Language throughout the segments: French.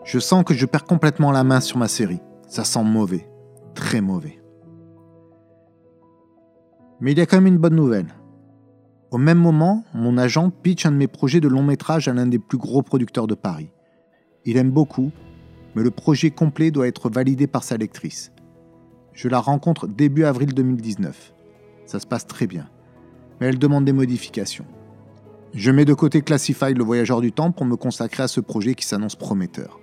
Je sens que je perds complètement la main sur ma série. Ça sent mauvais. Très mauvais. Mais il y a quand même une bonne nouvelle. Au même moment, mon agent pitch un de mes projets de long métrage à l'un des plus gros producteurs de Paris. Il aime beaucoup, mais le projet complet doit être validé par sa lectrice. Je la rencontre début avril 2019. Ça se passe très bien, mais elle demande des modifications. Je mets de côté Classified, le voyageur du temps, pour me consacrer à ce projet qui s'annonce prometteur.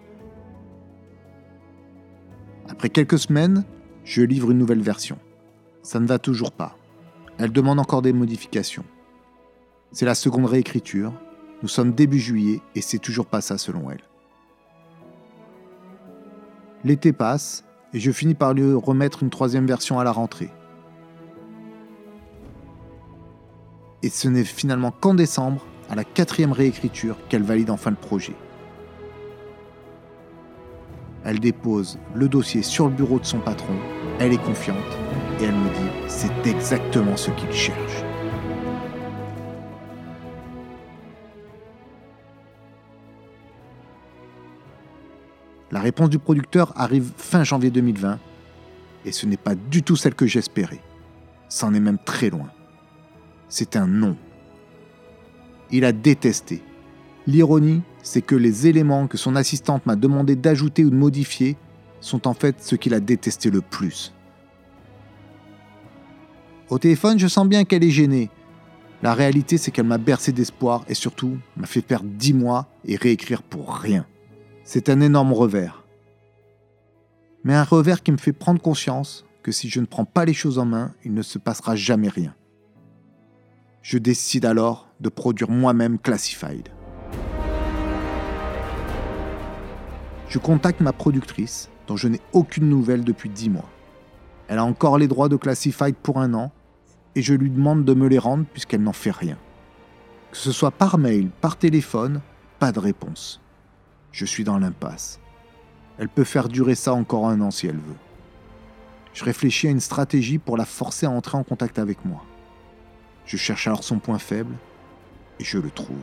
Après quelques semaines, je livre une nouvelle version. Ça ne va toujours pas. Elle demande encore des modifications. C'est la seconde réécriture. Nous sommes début juillet et c'est toujours pas ça selon elle. L'été passe et je finis par lui remettre une troisième version à la rentrée. Et ce n'est finalement qu'en décembre, à la quatrième réécriture, qu'elle valide enfin le projet. Elle dépose le dossier sur le bureau de son patron, elle est confiante et elle me dit « c'est exactement ce qu'il cherche ». La réponse du producteur arrive fin janvier 2020 et ce n'est pas du tout celle que j'espérais. C'en est même très loin. C'est un non. Il a détesté. L'ironie, c'est que les éléments que son assistante m'a demandé d'ajouter ou de modifier sont en fait ce qu'il a détesté le plus. Au téléphone, je sens bien qu'elle est gênée. La réalité, c'est qu'elle m'a bercé d'espoir et surtout m'a fait perdre 10 mois et réécrire pour rien. C'est un énorme revers. Mais un revers qui me fait prendre conscience que si je ne prends pas les choses en main, il ne se passera jamais rien. Je décide alors de produire moi-même Classified. Je contacte ma productrice, dont je n'ai aucune nouvelle depuis 10 mois. Elle a encore les droits de Classified pour 1 an, et je lui demande de me les rendre puisqu'elle n'en fait rien. Que ce soit par mail, par téléphone, pas de réponse. Je suis dans l'impasse. Elle peut faire durer ça encore 1 an si elle veut. Je réfléchis à une stratégie pour la forcer à entrer en contact avec moi. Je cherche alors son point faible, et je le trouve.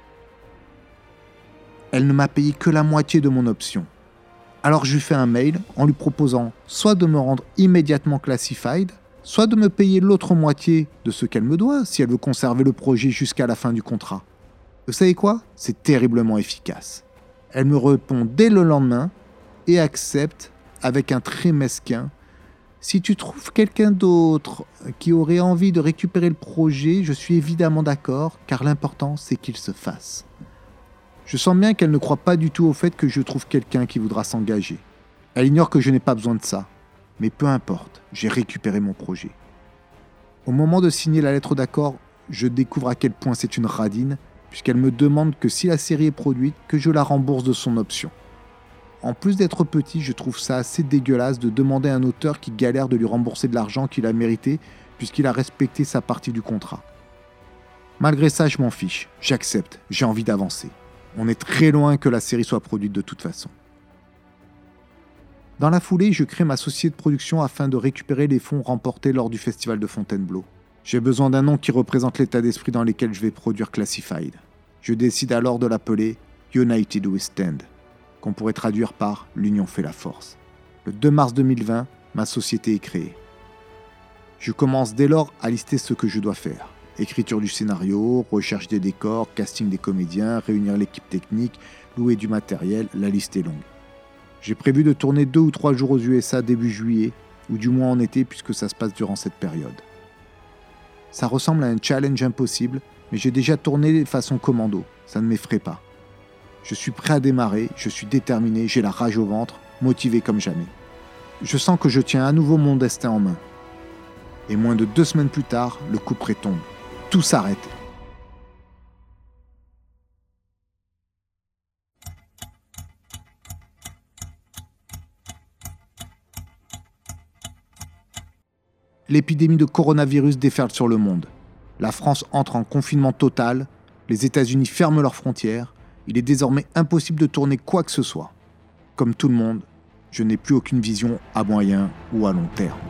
Elle ne m'a payé que la moitié de mon option. Alors je lui fais un mail en lui proposant soit de me rendre immédiatement Classified, soit de me payer l'autre moitié de ce qu'elle me doit si elle veut conserver le projet jusqu'à la fin du contrat. Vous savez quoi ? C'est terriblement efficace. Elle me répond dès le lendemain et accepte avec un trait mesquin. Si tu trouves quelqu'un d'autre qui aurait envie de récupérer le projet, je suis évidemment d'accord, car l'important c'est qu'il se fasse. Je sens bien qu'elle ne croit pas du tout au fait que je trouve quelqu'un qui voudra s'engager. Elle ignore que je n'ai pas besoin de ça. Mais peu importe, j'ai récupéré mon projet. Au moment de signer la lettre d'accord, je découvre à quel point c'est une radine, puisqu'elle me demande que si la série est produite, que je la rembourse de son option. En plus d'être petit, je trouve ça assez dégueulasse de demander à un auteur qui galère de lui rembourser de l'argent qu'il a mérité, puisqu'il a respecté sa partie du contrat. Malgré ça, je m'en fiche, j'accepte, j'ai envie d'avancer. On est très loin que la série soit produite de toute façon. Dans la foulée, je crée ma société de production afin de récupérer les fonds remportés lors du festival de Fontainebleau. J'ai besoin d'un nom qui représente l'état d'esprit dans lequel je vais produire Classified. Je décide alors de l'appeler United We Stand, qu'on pourrait traduire par L'Union fait la force. Le 2 mars 2020, ma société est créée. Je commence dès lors à lister ce que je dois faire. Écriture du scénario, recherche des décors, casting des comédiens, réunir l'équipe technique, louer du matériel, la liste est longue. J'ai prévu de tourner 2 ou 3 jours aux USA début juillet, ou du moins en été puisque ça se passe durant cette période. Ça ressemble à un challenge impossible, mais j'ai déjà tourné de façon commando, ça ne m'effraie pas. Je suis prêt à démarrer, je suis déterminé, j'ai la rage au ventre, motivé comme jamais. Je sens que je tiens à nouveau mon destin en main. Et moins de 2 semaines plus tard, le couperet tombe. Tout s'arrête. L'épidémie de coronavirus déferle sur le monde. La France entre en confinement total, les États-Unis ferment leurs frontières, il est désormais impossible de tourner quoi que ce soit. Comme tout le monde, je n'ai plus aucune vision à moyen ou à long terme.